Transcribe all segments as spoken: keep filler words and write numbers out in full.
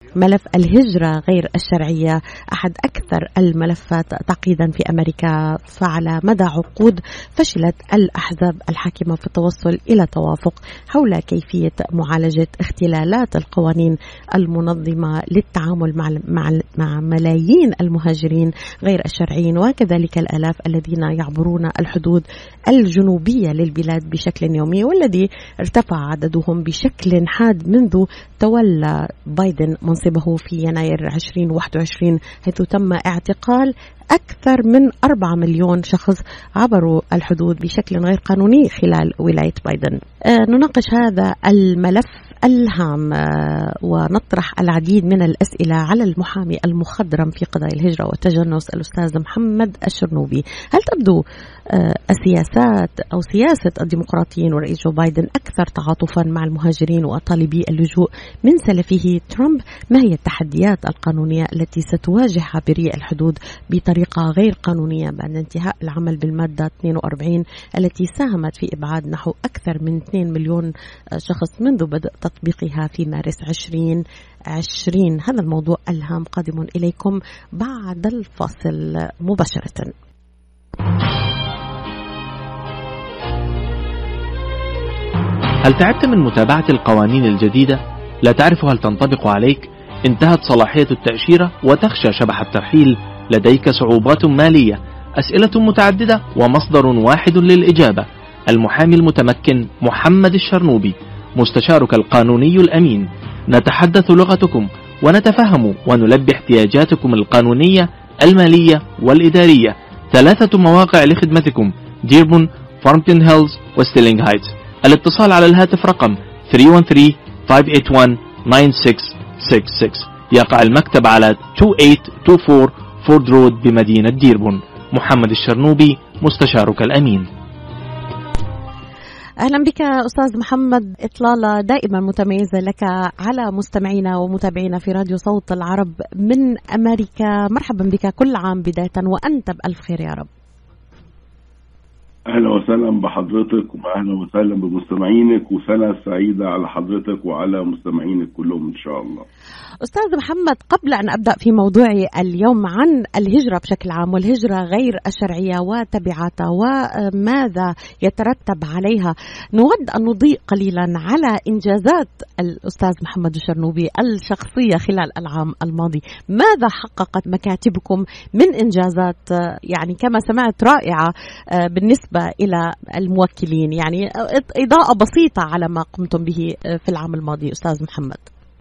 ملف الهجرة غير الشرعية أحد أكثر الملفات تعقيدا في أمريكا، فعلى مدى عقود فشلت الأحزاب الحاكمة في التوصل إلى توافق حول كيفية معالجة اختلالات القوانين المنظمة للتعامل مع مع ملايين المهاجرين غير الشرعيين وكذلك الآلاف الذين يعبرون الحدود الجنوبية للبلاد بشكل يومي، والذي ارتفع عددهم بشكل حاد منذ تولى بايدن منصبه في يناير ألفين وواحد وعشرين، حيث تم اعتقال أكثر من أربعة مليون شخص عبروا الحدود بشكل غير قانوني خلال ولاية بايدن. أه نناقش هذا الملف الهام أه ونطرح العديد من الأسئلة على المحامي المخضرم في قضايا الهجرة والتجنس الأستاذ محمد الشرنوبي. هل تبدو أه السياسات أو سياسة الديمقراطيين ورئيس جو بايدن أكثر تعاطفا مع المهاجرين وطالبي اللجوء من سلفه ترامب؟ ما هي التحديات القانونية التي ستواجه عابري الحدود بطريقة غير قانونية بعد انتهاء العمل بالمادة اثنين وأربعين التي ساهمت في إبعاد نحو أكثر من اثنين مليون شخص منذ بدء تطبيقها في مارس ألفين وعشرين؟ هذا الموضوع الهام قادم إليكم بعد الفاصل مباشرة. هل تعبت من متابعة القوانين الجديدة؟ لا تعرف هل تنطبق عليك؟ انتهت صلاحية التأشيرة وتخشى شبح الترحيل؟ لديك صعوبات مالية؟ أسئلة متعددة ومصدر واحد للإجابة. المحامي المتمكن محمد الشرنوبي، مستشارك القانوني الأمين. نتحدث لغتكم ونتفهم ونلبي احتياجاتكم القانونية المالية والإدارية. ثلاثة مواقع لخدمتكم: ديربون، فارمتون هيلز وستيلينغ هايتس. الاتصال على الهاتف رقم ثلاثة واحد ثلاثة خمسة ثمانية واحد تسعة ستة ستة. يقع المكتب على اثنين ثمانية اثنين أربعة فورد رود بمدينة ديربون. محمد الشرنوبي، مستشارك الأمين. أهلا بك أستاذ محمد، إطلالة دائما متميزة لك على مستمعينا ومتابعينا في راديو صوت العرب من أمريكا. مرحبا بك، كل عام بداية وأنت بألف خير يا رب. أهلا وسهلا بحضرتك وأهلا وسهلا بمستمعينك، وسنة سعيدة على حضرتك وعلى مستمعينك كلهم إن شاء الله. أستاذ محمد، قبل أن أبدأ في موضوعي اليوم عن الهجرة بشكل عام والهجرة غير الشرعية وتبعاتها وماذا يترتب عليها، نود أن نضيء قليلا على إنجازات الأستاذ محمد الشرنوبي الشخصية خلال العام الماضي. ماذا حققت مكاتبكم من إنجازات يعني كما سمعت رائعة بالنسبة إلى الموكلين؟ يعني إضاءة بسيطة على ما قمتم به في العام الماضي أستاذ محمد.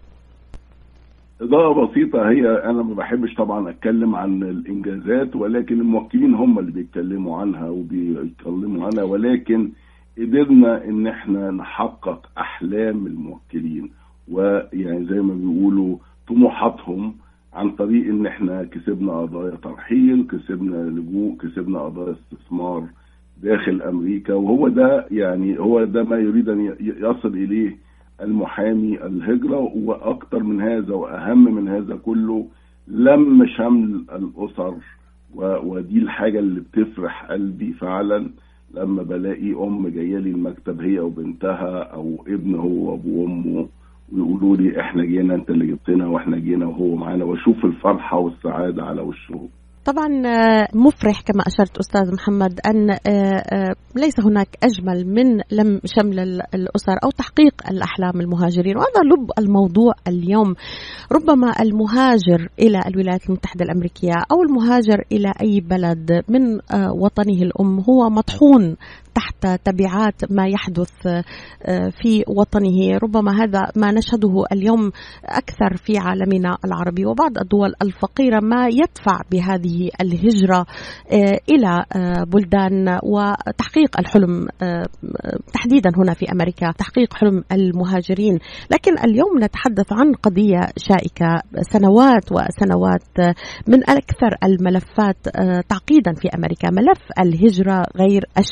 إضاءة بسيطة هي أنا ما بحبش طبعا أتكلم عن الإنجازات، ولكن الموكلين هم اللي بيتكلموا عنها وبيتكلموا عنها، ولكن قدرنا إن احنا نحقق أحلام الموكلين ويعني زي ما بيقولوا طموحاتهم عن طريق إن احنا كسبنا قضايا ترحيل، كسبنا لجوء، كسبنا قضايا استثمار داخل أمريكا. وهو ده يعني هو ده ما يريد أن يصل إليه المحامي الهجرة. وأكثر من هذا وأهم من هذا كله لم شمل الأسر، ودي الحاجة اللي بتفرح قلبي فعلا لما بلاقي أم جاية لي المكتب هي وبنتها أو ابن هو وأبوه وأمه ويقولوا لي إحنا جينا، أنت اللي جبتنا وإحنا جينا وهو معانا، وأشوف الفرحة والسعادة على وشهم. طبعا مفرح كما أشرت أستاذ محمد أن ليس هناك أجمل من لم شمل الأسر أو تحقيق الأحلام المهاجرين، وهذا لب الموضوع اليوم. ربما المهاجر إلى الولايات المتحدة الأمريكية أو المهاجر إلى أي بلد من وطنه الأم هو مطحون تحت تبعات ما يحدث في وطنه. ربما هذا ما نشهده اليوم أكثر في عالمنا العربي وبعض الدول الفقيرة، ما يدفع بهذه الهجرة إلى بلدان وتحقيق الحلم تحديدا هنا في أمريكا، تحقيق حلم المهاجرين. لكن اليوم نتحدث عن قضية شائكة سنوات وسنوات، من أكثر الملفات تعقيدا في أمريكا، ملف الهجرة غير الشرعية.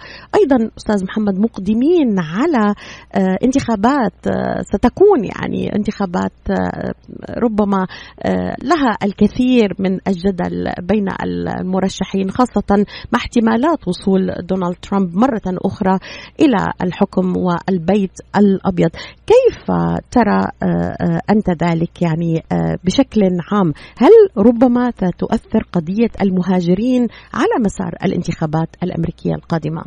أيضا أستاذ محمد مقدمين على انتخابات ستكون يعني انتخابات ربما لها الكثير من الجدل بين المرشحين، خاصة مع احتمالات وصول دونالد ترامب مرة أخرى إلى الحكم والبيت الأبيض. كيف ترى أنت ذلك يعني بشكل عام؟ هل ربما ستؤثر قضية المهاجرين على مسار الانتخابات الأمريكية القادمة؟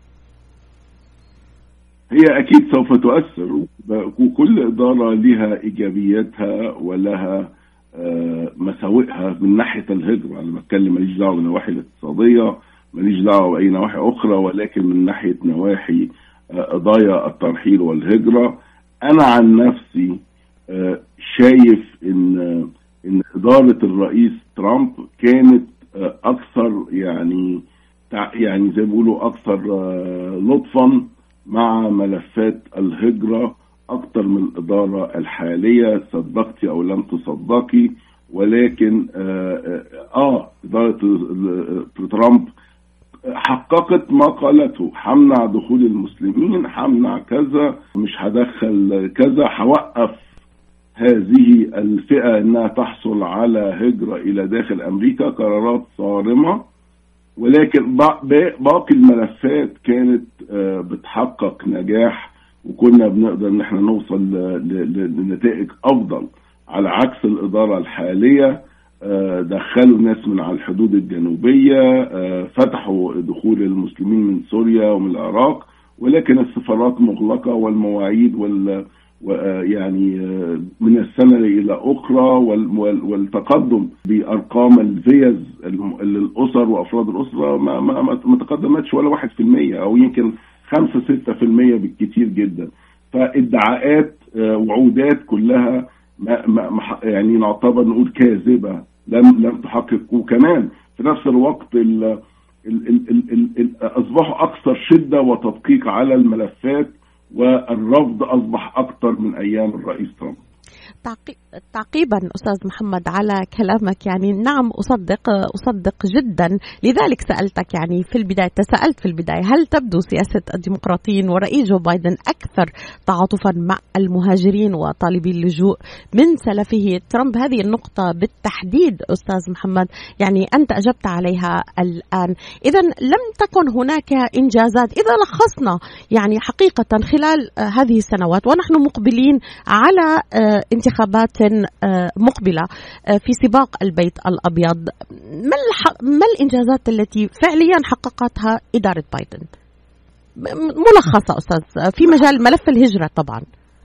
هي أكيد سوف تؤثر، وكل إدارة لها إيجابياتها ولها مساوئها من ناحية الهجرة. أنا بتكلم ماليش دعوة بالنواحي الاقتصادية، ماليش دعوة بأي نواحي أخرى، ولكن من ناحية نواحي قضايا الترحيل والهجرة، أنا عن نفسي شايف إن إن إدارة الرئيس ترامب كانت أكثر يعني يعني زي ما بيقولوا أكثر لطفا مع ملفات الهجرة أكثر من الإدارة الحالية، صدقتي أو لم تصدقي. ولكن آه, آه إدارة ترامب حققت ما قالته، حمنع دخول المسلمين، حمنع كذا، مش هدخل كذا، حوقف هذه الفئة أنها تحصل على هجرة إلى داخل أمريكا، قرارات صارمة. ولكن باقي الملفات كانت بتحقق نجاح، وكنا بنقدر ان احنا نوصل لنتائج افضل، على عكس الادارة الحالية. دخلوا ناس من على الحدود الجنوبية، فتحوا دخول المسلمين من سوريا ومن العراق، ولكن السفارات مغلقة والمواعيد وال يعني من السنة إلى أخرى، والتقدم بأرقام الفيز للأسر وأفراد الأسرة ما, ما, ما تقدمتش ولا واحد في المية، أو يمكن خمسة ستة في المية بالكثير جدا. فالدعاءات وعودات كلها ما ما يعني نعتبر نقول كاذبة، لم لم تحقق. وكمان في نفس الوقت ال ال ال ال ال أصبحوا أكثر شدة وتدقيق على الملفات، والرفض أصبح أكثر من أيام الرئيس ترامب. تعقيبا أستاذ محمد على كلامك، يعني نعم أصدق أصدق جدا، لذلك سألتك يعني في البداية، تسألت في البداية هل تبدو سياسة الديمقراطيين ورئيس جو بايدن أكثر تعاطفا مع المهاجرين وطالبي اللجوء من سلفه ترامب؟ هذه النقطة بالتحديد أستاذ محمد يعني أنت أجبت عليها الآن. إذا لم تكن هناك إنجازات إذا لخصنا يعني حقيقة خلال هذه السنوات، ونحن مقبلين على انتخابات مقبلة في سباق البيت الأبيض، ما الإنجازات التي فعليا حققتها إدارة بايدن ملخصة أستاذ في مجال ملف الهجرة؟ طبعا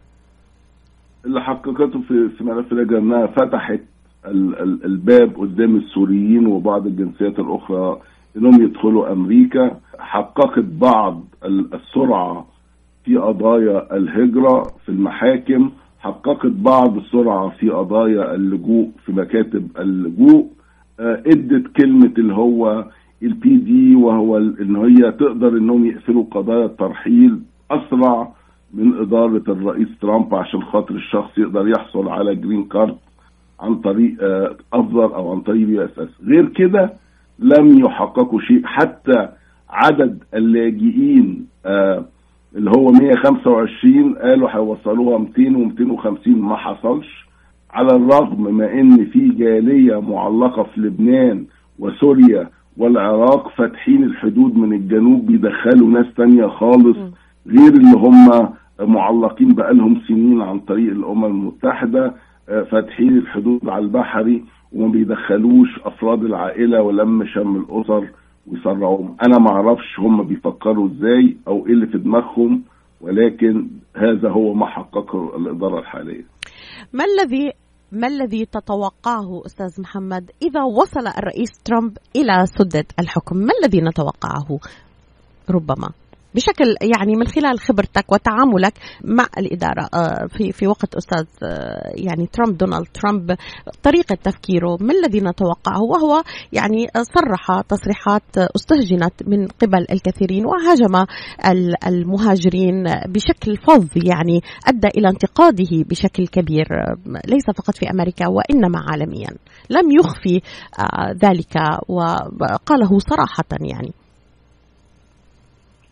اللي حققته في في ملف الهجرة أنها فتحت الباب قدام السوريين وبعض الجنسيات الأخرى أنهم يدخلوا أمريكا، حققت بعض السرعة في قضايا الهجرة في المحاكم، حققت بعض السرعة في قضايا اللجوء في مكاتب اللجوء، ادت كلمة اللي هو البي دي، وهو ان هي تقدر انهم يقفلوا قضايا الترحيل اسرع من ادارة الرئيس ترامب، عشان خاطر الشخص يقدر يحصل على جرين كارد عن طريق افضل او عن طريق يو اس اس. غير كده لم يحققوا شيء. حتى عدد اللاجئين اللي هو مية وخمسة وعشرين قالوا هيوصلوها مئتين ومئتين وخمسين، ما حصلش، على الرغم ما ان في جالية معلقة في لبنان وسوريا والعراق فاتحين الحدود من الجنوب بيدخلوا ناس تانية خالص غير اللي هم معلقين بقالهم سنين عن طريق الأمم المتحدة، فاتحين الحدود على البحري وما بيدخلوش أفراد العائلة ولم شم الأسر ويسرعوهم. أنا ما أعرفش هم بيفكروا إزاي أو إيه اللي في دماغهم، ولكن هذا هو ما حققه الإدارة الحالية. ما الذي ما الذي تتوقعه أستاذ محمد إذا وصل الرئيس ترامب إلى سدة الحكم؟ ما الذي نتوقعه ربما بشكل يعني من خلال خبرتك وتعاملك مع الإدارة في في وقت أستاذ يعني ترامب دونالد ترامب، طريقة تفكيره ما الذي نتوقعه؟ وهو يعني صرح تصريحات استهجنت من قبل الكثيرين وهاجم المهاجرين بشكل فظ، يعني أدى إلى انتقاده بشكل كبير ليس فقط في أمريكا وإنما عالميا، لم يخفي ذلك وقاله صراحة. يعني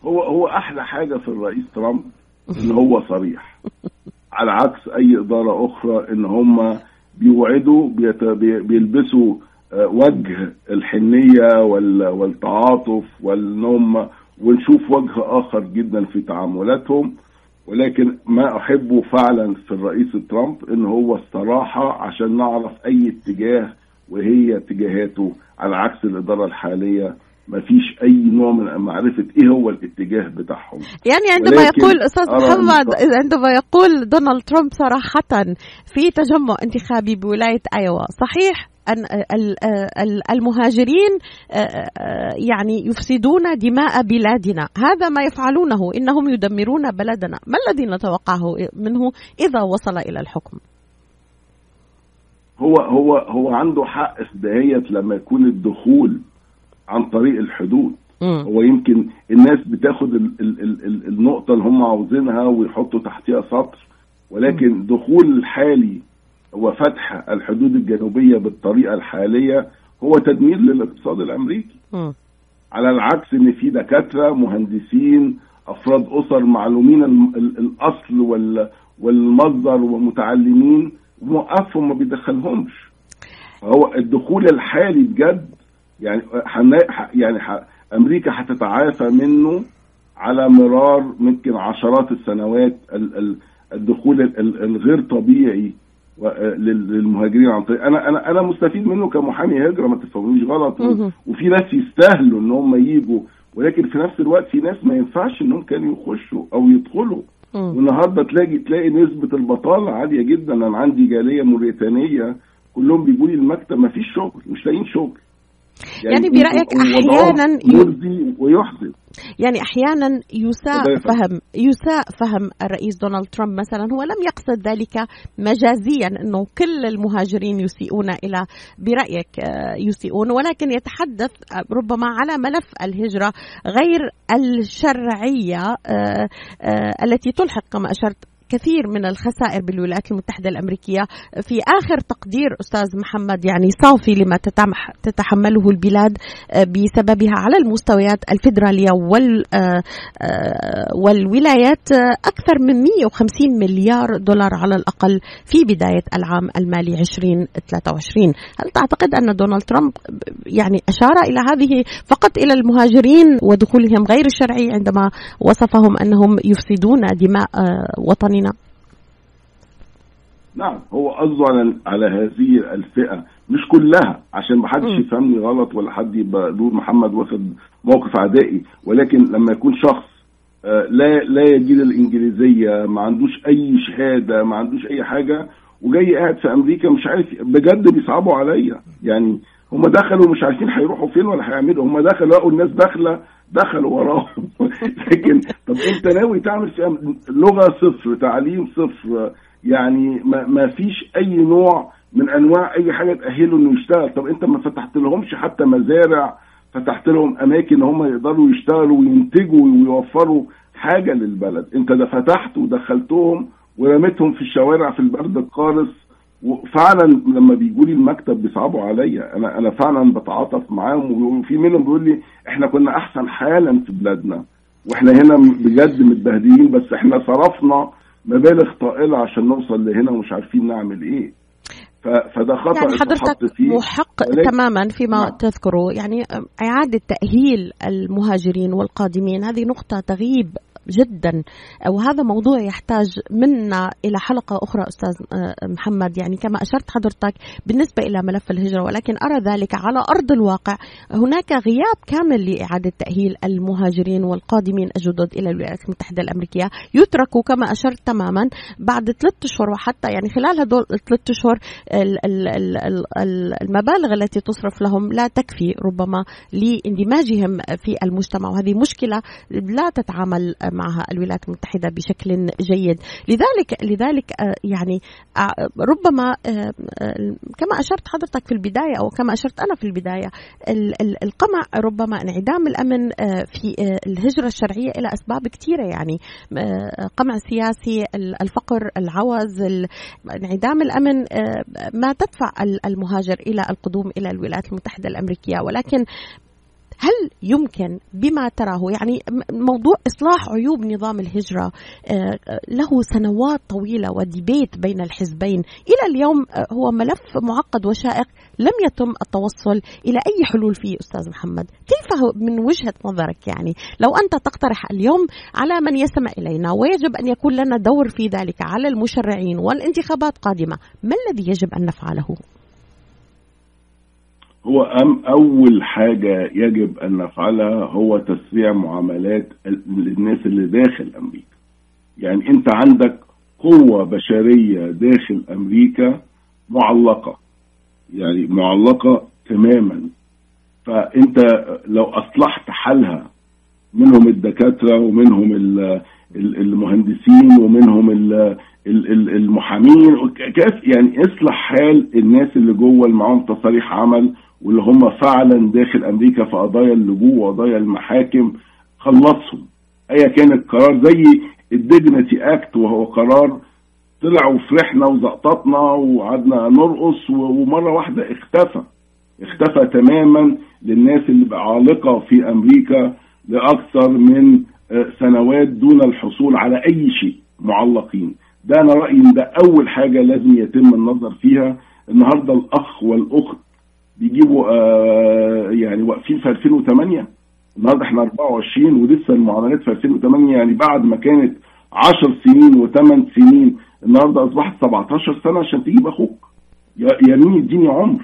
هو هو احلى حاجه في الرئيس ترامب ان هو صريح، على عكس اي اداره اخرى ان هم بيوعدوا بيلبسوا وجه الحنيه والتعاطف والنوم، ونشوف وجه اخر جدا في تعاملاتهم. ولكن ما احبه فعلا في الرئيس ترامب ان هو الصراحه، عشان نعرف اي اتجاه وهي اتجاهاته، على عكس الاداره الحاليه ما فيش اي نوع من معرفه ايه هو الاتجاه بتاعهم. يعني عندما يقول استاذ محمد، عندما يقول دونالد ترامب صراحه في تجمع انتخابي بولايه ايوا، صحيح أن المهاجرين يعني يفسدون دماء بلادنا، هذا ما يفعلونه، إنهم يدمرون بلدنا، ما الذي نتوقعه منه إذا وصل إلى الحكم؟ هو هو هو عنده حق في دهية لما يكون الدخول عن طريق الحدود. م. هو يمكن الناس بتاخد ال ال ال النقطة اللي هم عاوزينها ويحطوا تحتها سطر، ولكن م. دخول الحالي وفتح الحدود الجنوبية بالطريقة الحالية هو تدمير للاقتصاد الأمريكي. م. على العكس ان في دكاترة، مهندسين، أفراد أسر معلومين الأصل والمصدر ومتعلمين، موقفهم ما بيدخلهمش. هو الدخول الحالي بجد يعني يعني أمريكا هتتعافى منه على مرار ممكن عشرات السنوات. الدخول الغير طبيعي للمهاجرين عن طريق انا انا انا مستفيد منه كمحامي هجره، ما تفهمونيش غلط، وفي ناس يستاهلوا ان هم ييجوا، ولكن في نفس الوقت في ناس ما ينفعش انهم كانوا يخشوا او يدخلوا. والنهارده تلاقي تلاقي نسبه البطاله عاليه جدا. انا عندي جاليه موريتانيه كلهم بيجوا لي المكتب ما فيش شغل، مش لاقيين شغل. يعني, يعني برأيك أحيانا يرضي ويحزن، يعني أحيانا يساء فهم يساء فهم الرئيس دونالد ترامب مثلا، هو لم يقصد ذلك مجازيا أنه كل المهاجرين يسيئون إلى، برأيك يسيئون، ولكن يتحدث ربما على ملف الهجرة غير الشرعية التي تلحق كما أشرت كثير من الخسائر بالولايات المتحدة الأمريكية. في آخر تقدير أستاذ محمد يعني صافي لما تتحمله البلاد بسببها على المستويات الفيدرالية والولايات أكثر من مئة وخمسين مليار دولار على الأقل في بداية العام المالي عشرين ثلاثة وعشرين. هل تعتقد أن دونالد ترامب يعني أشار إلى هذه فقط إلى المهاجرين ودخولهم غير الشرعي عندما وصفهم أنهم يفسدون دماء وطننا؟ نعم، هو قصده على على هذه الفئة مش كلها، عشان ما حدش يفهمني غلط ولا حد يبقى يقول محمد واخد موقف عدائي، ولكن لما يكون شخص لا لا يجيد الإنجليزية، ما عندوش أي شهادة، ما عندوش أي حاجة، وجاي قاعد في أمريكا مش عارف، بجد بيصعبوا عليا. يعني هم دخلوا مش عارفين هيروحوا فين ولا هيعملوا، هم دخلوا لقوا الناس داخلة دخلوا وراهم. لكن طب انت ناوي تعمل في لغة صفر، تعليم صفر، يعني ما, ما فيش اي نوع من انواع اي حاجة تأهله انه يشتغل. طب انت ما فتحت لهمش حتى مزارع، فتحت لهم اماكن هم يقدروا يشتغلوا وينتجوا ويوفروا حاجة للبلد. انت ده فتحت ودخلتهم ورميتهم في الشوارع في البرد القارس. وفعلا لما بيجوا لي المكتب بيصعبوا عليا، انا انا فعلا بتعاطف معاهم، وفي منهم بيقول لي احنا كنا احسن حالا في بلادنا واحنا هنا بجد متبهدلين، بس احنا صرفنا مبالغ طائله عشان نوصل لهنا ومش عارفين نعمل ايه. فده خطأ. يعني حضرتك محق تماما فيما نعم. تذكره، يعني إعادة تأهيل المهاجرين والقادمين هذه نقطة تغيب جدا، وهذا موضوع يحتاج منا إلى حلقة أخرى أستاذ محمد. يعني كما أشرت حضرتك بالنسبة إلى ملف الهجرة، ولكن أرى ذلك على أرض الواقع هناك غياب كامل لإعادة تأهيل المهاجرين والقادمين الجدد إلى الولايات المتحدة الأمريكية، يتركوا كما أشرت تماما بعد ثلاثة أشهر، وحتى يعني خلال هدول ثلاثة أشهر المبالغ التي تصرف لهم لا تكفي ربما لاندماجهم في المجتمع، وهذه مشكلة لا تتعامل معها الولايات المتحدة بشكل جيد. لذلك لذلك يعني ربما كما أشرت حضرتك في البداية أو كما أشرت أنا في البداية، القمع ربما انعدام الأمن في الهجرة الشرعية إلى أسباب كثيرة، يعني قمع سياسي، الفقر، العوز، انعدام الأمن ما تدفع المهاجر إلى القدوم إلى الولايات المتحدة الأمريكية. ولكن هل يمكن بما تراه يعني موضوع إصلاح عيوب نظام الهجرة له سنوات طويلة وديبيت بين الحزبين إلى اليوم هو ملف معقد وشائك لم يتم التوصل إلى أي حلول فيه أستاذ محمد؟ كيف من وجهة نظرك يعني لو أنت تقترح اليوم على من يستمع إلينا ويجب أن يكون لنا دور في ذلك على المشرعين والانتخابات قادمة، ما الذي يجب أن نفعله؟ هو أم أول حاجة يجب أن نفعلها هو تسريع معاملات الناس اللي داخل أمريكا. يعني أنت عندك قوة بشرية داخل أمريكا معلقة، يعني معلقة تماما. فأنت لو أصلحت حالها، منهم الدكاترة ومنهم المهندسين ومنهم المحامين، يعني اصلح حال الناس اللي جوه اللي معاهم تصاريح عمل واللي هم فعلا داخل أمريكا في قضايا اللجوء وقضايا المحاكم، خلصهم. أي كان القرار زي الديجنتي اكت، وهو قرار طلع وفرحنا وزقططنا وقعدنا نرقص ومرة واحدة اختفى اختفى تماما للناس اللي عالقة في أمريكا لأكثر من سنوات دون الحصول على أي شيء، معلقين. ده أنا رأيي ده أول حاجة لازم يتم النظر فيها. النهاردة الأخ والأخت بيجيبوا آه يعني واقفين في ألفين وثمانية، النهاردة احنا أربعة وعشرين ولسه المعاملات في ألفين وثمانية، يعني بعد ما كانت عشر سنين وثمان سنين النهاردة أصبحت سبعتاشر سنة عشان تجيب أخوك. يا مين يديني عمر؟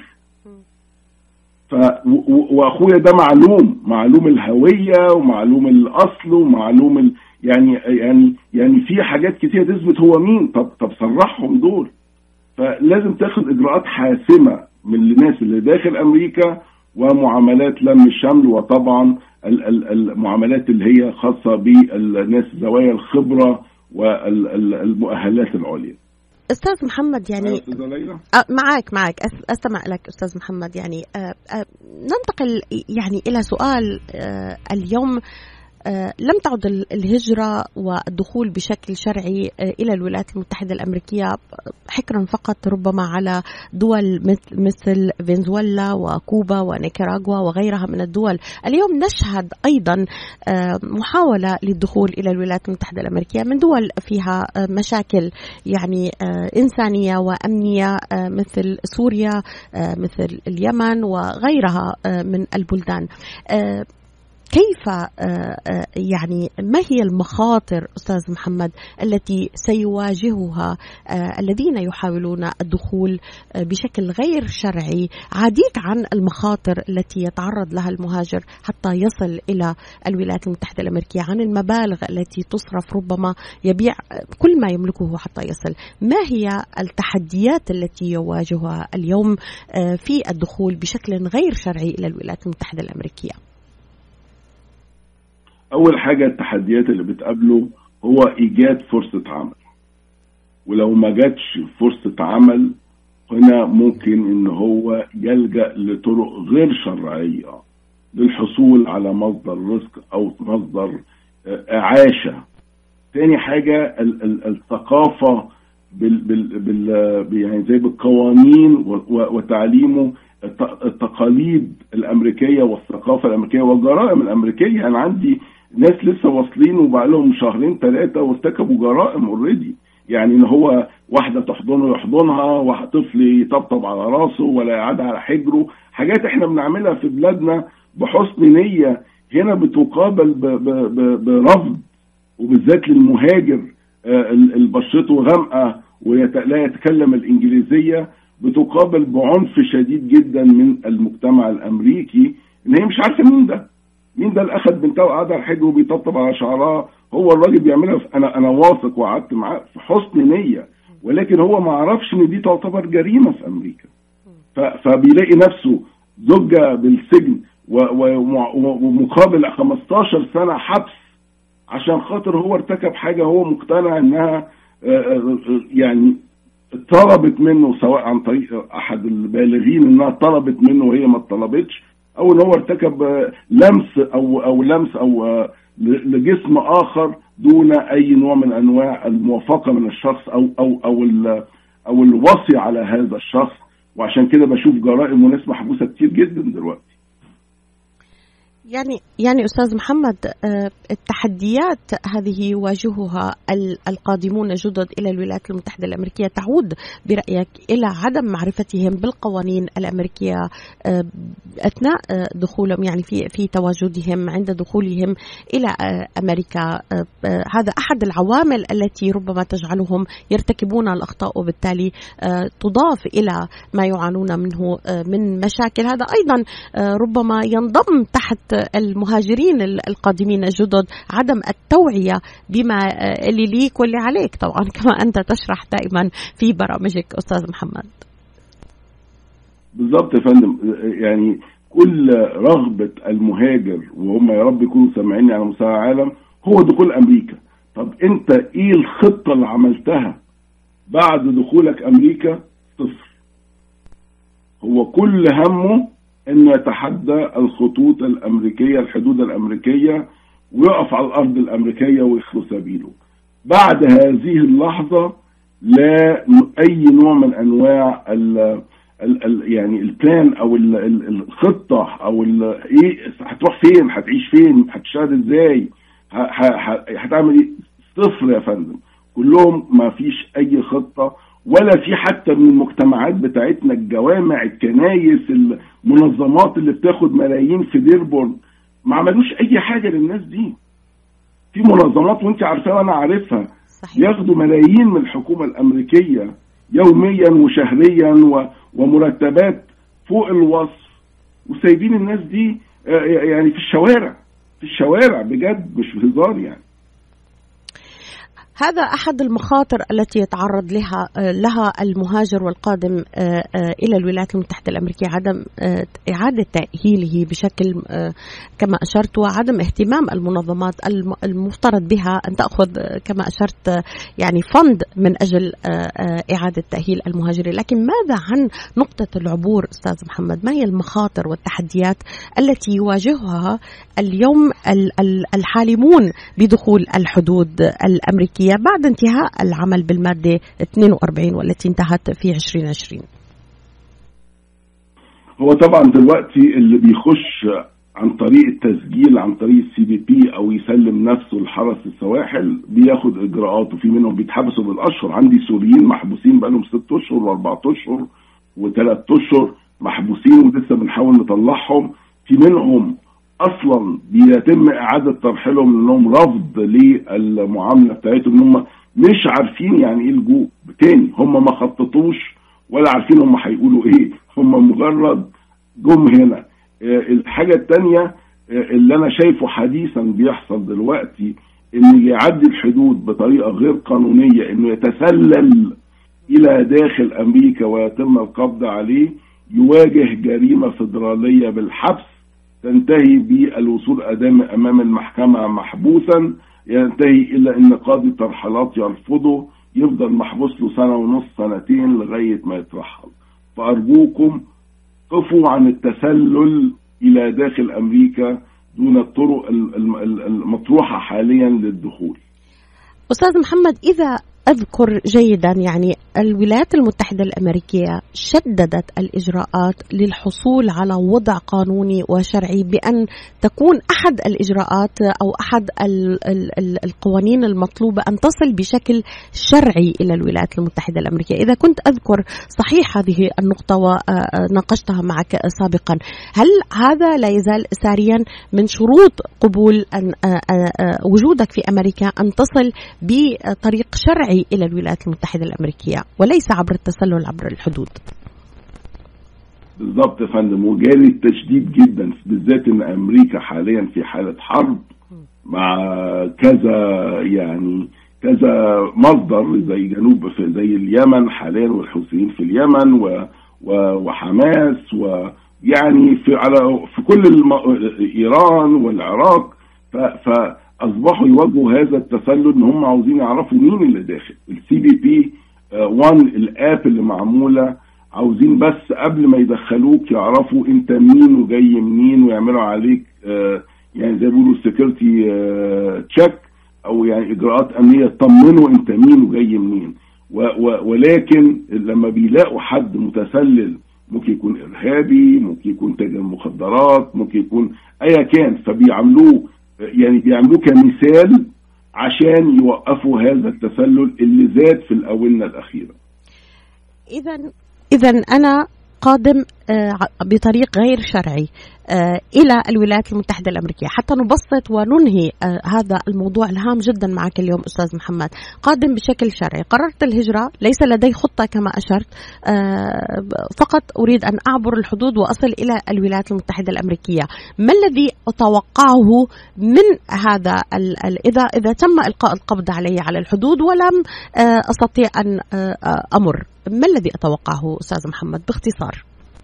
ف واخويا ده معلوم معلوم الهويه ومعلوم الاصل ومعلوم ال... يعني يعني يعني في حاجات كتير تثبت هو مين. طب طب صرحهم دول. فلازم تاخد اجراءات حاسمه من الناس اللي داخل امريكا، ومعاملات لم الشمل، وطبعا المعاملات اللي هي خاصه بالناس ذوي الخبره والمؤهلات العليا. أستاذ محمد يعني أه معاك معاك أستمع لك أستاذ محمد. يعني أه أه ننتقل يعني إلى سؤال أه اليوم. أه لم تعد الهجرة والدخول بشكل شرعي أه إلى الولايات المتحدة الأمريكية حكرا فقط ربما على دول مثل, مثل فنزويلا وكوبا ونيكاراغوا وغيرها من الدول. اليوم نشهد أيضا أه محاولة للدخول إلى الولايات المتحدة الأمريكية من دول فيها أه مشاكل يعني أه إنسانية وأمنية أه مثل سوريا أه مثل اليمن وغيرها أه من البلدان. أه كيف يعني ما هي المخاطر أستاذ محمد التي سيواجهها الذين يحاولون الدخول بشكل غير شرعي؟ عديك عن المخاطر التي يتعرض لها المهاجر حتى يصل إلى الولايات المتحدة الأمريكية، عن المبالغ التي تصرف، ربما يبيع كل ما يملكه حتى يصل. ما هي التحديات التي يواجهها اليوم في الدخول بشكل غير شرعي إلى الولايات المتحدة الأمريكية؟ أول حاجة التحديات اللي بتقابله هو إيجاد فرصة عمل، ولو ما جاتش فرصة عمل هنا ممكن إن هو يلجأ لطرق غير شرعية للحصول على مصدر رزق أو مصدر إعاشة. تاني حاجة الثقافة بال بال بال يعني زي بالقوانين وتعليمه التقاليد الأمريكية والثقافة الأمريكية والجرائم الأمريكية. أنا عندي ناس لسه واصلين وبقى لهم شهرين ثلاثة وارتكبوا جرائم اوريدي، يعني ان هو واحدة تحضنه يحضنها، واحد طفل يطبطب على راسه ولا يقعد على حجره. حاجات احنا بنعملها في بلادنا بحسن نية، هنا بتقابل برفض، وبالذات للمهاجر البشرته غامقة ولا يتكلم الإنجليزية بتقابل بعنف شديد جدا من المجتمع الأمريكي، ان هي مش عارفة مين ده مين ده اللي اخذ بنتها وقعد على حجره وبيطبطب على شعرها. هو الراجل بيعملها، انا انا واثق وقعدت معاه في حسن نيه، ولكن هو ما عرفش ان دي تعتبر جريمه في امريكا. فبيلاقي نفسه زوجة بالسجن ومقابل خمستاشر سنه حبس عشان خاطر هو ارتكب حاجه هو مقتنع انها يعني طلبت منه، سواء عن طريق احد البالغين انها طلبت منه وهي ما طلبتش، او ان هو ارتكب لمس او او لمس او لجسم اخر دون اي نوع من انواع الموافقه من الشخص او او او او الوصي على هذا الشخص. وعشان كده بشوف جرائم وناس محبوسه كتير جدا دلوقتي. يعني يعني أستاذ محمد، التحديات هذه يواجهها القادمون الجدد إلى الولايات المتحدة الأمريكية تعود برأيك إلى عدم معرفتهم بالقوانين الأمريكية أثناء دخولهم، يعني في في تواجدهم عند دخولهم إلى أمريكا. هذا أحد العوامل التي ربما تجعلهم يرتكبون الأخطاء، وبالتالي تضاف إلى ما يعانون منه من مشاكل. هذا أيضا ربما ينضم تحت المهاجرين القادمين الجدد، عدم التوعية بما اللي ليك واللي عليك، طبعا كما أنت تشرح دائما في برامجك أستاذ محمد. بالضبط يا فندم، يعني كل رغبة المهاجر وهم يا رب يكونوا سامعيني على مستوى العالم هو دخول أمريكا. طب أنت إيه الخطة اللي عملتها بعد دخولك أمريكا؟ صفر. هو كل همه انه يتحدى الخطوط الامريكيه، الحدود الامريكيه، ويقف على الارض الامريكيه ويخلو سبيله. بعد هذه اللحظه لا اي نوع من انواع ال ال ال يعني البلان او ال ال الخطه او ايه، هتروح فين، هتعيش فين، هتشتغل ازاي، هتعمل ايه؟ صفر يا فندم. كلهم ما فيش اي خطه، ولا في حتى من المجتمعات بتاعتنا، الجوامع، الكنايس، المنظمات اللي بتاخد ملايين في ديربورن، ما عملوش اي حاجة للناس دي. في منظمات وانت عارفاها وانا عارفها ياخدوا ملايين من الحكومة الامريكية يوميا وشهريا ومرتبات فوق الوصف، وسايبين الناس دي يعني في الشوارع، في الشوارع بجد، مش في هزار يعني. هذا أحد المخاطر التي يتعرض لها لها المهاجر والقادم إلى الولايات المتحدة الأمريكية، عدم إعادة تأهيله بشكل كما أشرت، وعدم اهتمام المنظمات المفترض بها أن تأخذ كما أشرت يعني فند من أجل إعادة تأهيل المهاجرين. لكن ماذا عن نقطة العبور أستاذ محمد؟ ما هي المخاطر والتحديات التي يواجهها اليوم الحالمون بدخول الحدود الأمريكية بعد انتهاء العمل بالمادة اثنين وأربعين والتي انتهت في عشرين عشرين؟ هو طبعا دلوقتي اللي بيخش عن طريق التسجيل عن طريق السي بي بي او يسلم نفسه لحرس السواحل بياخد اجراءات، وفي منهم بيتحبسوا بالاشهر. عندي سوريين محبوسين بقالهم ست اشهر واربعة اشهر وثلاث اشهر محبوسين ولسه بنحاول نطلعهم. في منهم اصلا بيتم اعاده ترحيلهم لانهم رفض للمعامله بتاعتهم، ان هم مش عارفين يعني ايه لجوء تاني، هم ما خططوش ولا عارفين هم هيقولوا ايه، هم مجرد جم هنا. الحاجه الثانيه اللي انا شايفه حديثا بيحصل دلوقتي، ان اللي يعدي الحدود بطريقه غير قانونيه انه يتسلل الى داخل امريكا ويتم القبض عليه، يواجه جريمه فيدراليه بالحبس تنتهي بالوصول امام المحكمه محبوسا، ينتهي الى ان قاضي الترحيلات يرفضه، يفضل محبوس له سنه ونص سنتين لغايه ما يترحل. فارجوكم قفوا عن التسلل الى داخل امريكا دون الطرق المطروحه حاليا للدخول. أستاذ محمد، إذا أذكر جيدا يعني الولايات المتحدة الأمريكية شددت الإجراءات للحصول على وضع قانوني وشرعي، بأن تكون أحد الإجراءات أو أحد القوانين المطلوبة أن تصل بشكل شرعي إلى الولايات المتحدة الأمريكية. إذا كنت أذكر صحيح هذه النقطة وناقشتها معك سابقا، هل هذا لا يزال ساريا من شروط قبول أن وجودك في أمريكا أن تصل بطريق شرعي إلى الولايات المتحدة الأمريكية وليس عبر التسلل عبر الحدود؟ بالضبط يا فندم، وجاري التشديد جدا، بالذات ان امريكا حاليا في حالة حرب مع كذا يعني كذا مصدر، زي جنوب في زي اليمن حاليا والحوثيين في اليمن و وحماس، ويعني في على في كل الم... ايران والعراق. ف, ف اصبحوا يواجهوا هذا التسلل ان هم عاوزين يعرفوا مين اللي داخل. السي بي بي واحد الاب اللي معموله عاوزين بس قبل ما يدخلوك يعرفوا انت مين وجاي منين، ويعملوا عليك يعني زي ما بيقولوا سكيورتي تشيك او يعني اجراءات امنيه تطمنوا انت مين وجاي منين. ولكن لما بيلاقوا حد متسلل ممكن يكون إرهابي، ممكن يكون تاجر مخدرات، ممكن يكون أيا كان، فبيعملوه يعني بيعملوه كمثال عشان يوقفوا هذا التسلل اللي زاد في الآونة الأخيرة. إذا إذا أنا قادم بطريق غير شرعي إلى الولايات المتحدة الأمريكية. حتى نبسط وننهي هذا الموضوع الهام جدا معك اليوم أستاذ محمد، قادم بشكل شرعي، قررت الهجرة، ليس لدي خطة كما أشرت، فقط أريد أن أعبر الحدود وأصل إلى الولايات المتحدة الأمريكية. ما الذي أتوقعه من هذا إذا إذا تم إلقاء القبض علي على الحدود ولم أستطيع أن أمر؟ ما الذي أتوقعه أستاذ محمد باختصار؟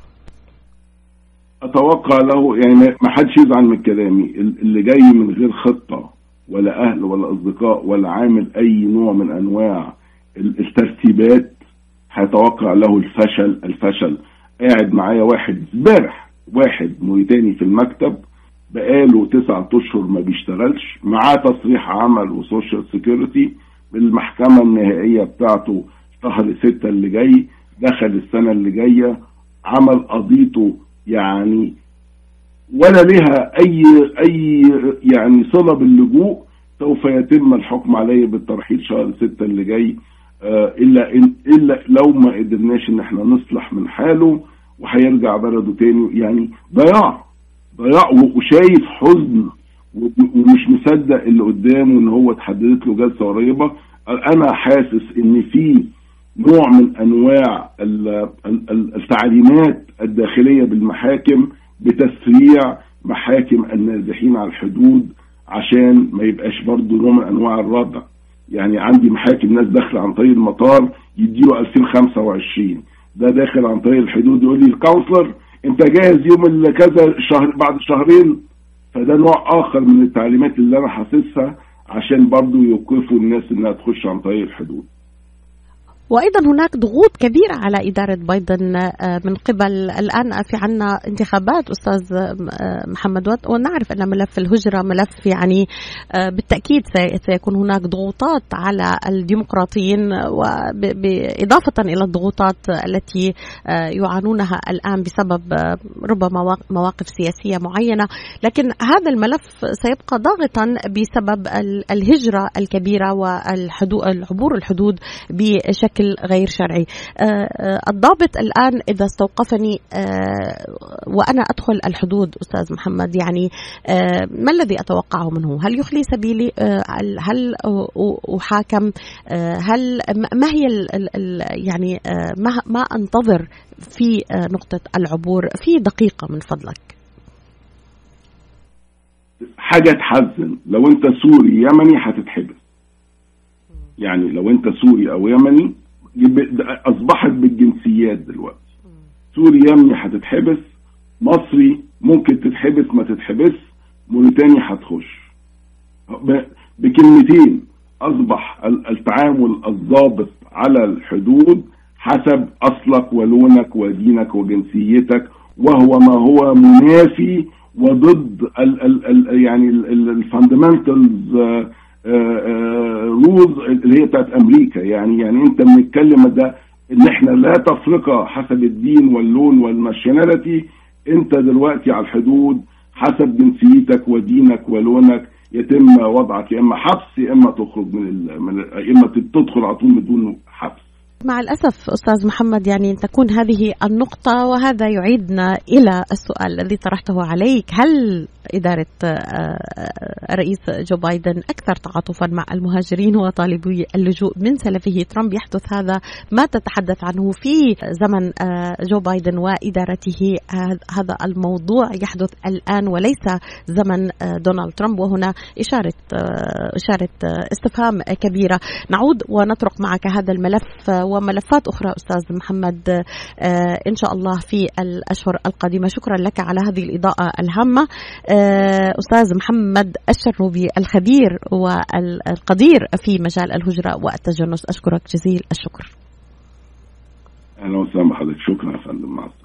أتوقع له يعني ما حدش يزعل من كلامي، اللي جاي من غير خطة ولا أهل ولا أصدقاء ولا عامل أي نوع من أنواع الترتيبات هيتوقع له الفشل. الفشل قاعد معايا واحد امبارح، واحد موريتاني في المكتب بقاله تسعة أشهر ما بيشتغلش، معاه تصريح عمل وسوشيال سيكيورتي، المحكمة النهائية بتاعته شهر ستة اللي جاي، دخل السنة اللي جاية، عمل قضيته يعني ولا لها أي أي يعني صلة باللجوء، سوف يتم الحكم عليه بالترحيل شهر ستة اللي جاي، آه إلا إن إلا لو ما قدرناش إن إحنا نصلح من حاله وهيرجع بلده تاني. يعني ضياع ضياع وشايف حزن ومش مصدق اللي قدامه إن هو اتحددت له جلسة قريبة. أنا حاسس إن في نوع من أنواع التعليمات الداخلية بالمحاكم بتسريع محاكم النازحين على الحدود عشان ما يبقاش برضو نوع من أنواع الردع. يعني عندي محاكم ناس داخل عن طريق المطار يديله ألفين وخمسة وعشرين، ده داخل عن طريق الحدود يقول لي الكونسلر انت جاهز يوم اللي كذا شهر بعد شهرين. فده نوع آخر من التعليمات اللي أنا حاسسها عشان برضو يوقفوا الناس انها تخش عن طريق الحدود. وأيضا هناك ضغوط كبيرة على إدارة بايدن من قبل، الآن في عنا انتخابات أستاذ محمد، ونعرف أن ملف الهجرة ملف يعني بالتأكيد سيكون هناك ضغوطات على الديمقراطيين، وإضافة إلى الضغوطات التي يعانونها الآن بسبب ربما مواقف سياسية معينة. لكن هذا الملف سيبقى ضاغطا بسبب الهجرة الكبيرة والعبور الحدود بشكل غير شرعي. الضابط الآن إذا استوقفني وأنا أدخل الحدود أستاذ محمد، يعني ما الذي أتوقعه منه؟ هل يخلي سبيلي؟ هل أحاكم؟ هل ما هي يعني ما ما أنتظر في نقطة العبور في دقيقة من فضلك؟ حاجة تحزن، لو أنت سوري يمني هتتحبس. يعني لو أنت سوري أو يمني أصبحت بالجنسيات دلوقتي، سوري يمني هتتحبس، مصري ممكن تتحبس ما تتحبس، موريتاني هتخش. بكلمتين أصبح التعامل الضابط على الحدود حسب أصلك ولونك ودينك وجنسيتك، وهو ما هو منافي وضد ال ال ال يعني الفاندمنتالز رولز اللي هي بتاعت امريكا. يعني يعني انت بنتكلم ده ان احنا لا تفرقه حسب الدين واللون والناشوناليتي، انت دلوقتي على الحدود حسب جنسيتك ودينك ولونك يتم وضعك يا اما حبس يا اما تخرج من من يا اما تدخل على طول بدون حبس. مع الأسف أستاذ محمد يعني تكون هذه النقطة، وهذا يعيدنا إلى السؤال الذي طرحته عليك: هل إدارة الرئيس جو بايدن أكثر تعاطفا مع المهاجرين وطالبي اللجوء من سلفه ترامب؟ يحدث هذا ما تتحدث عنه في زمن جو بايدن وإدارته، هذا الموضوع يحدث الآن وليس زمن دونالد ترامب، وهنا إشارة إشارة استفهام كبيرة. نعود ونطرق معك هذا الملف وملفات أخرى أستاذ محمد إن شاء الله في الأشهر القادمة. شكرا لك على هذه الإضاءة الهامة أستاذ محمد الشروبي، الخبير والقدير في مجال الهجرة والتجنس. أشكرك جزيل الشكر. أهلا وسهلا بحضرتك. شكرا يا فندم. مع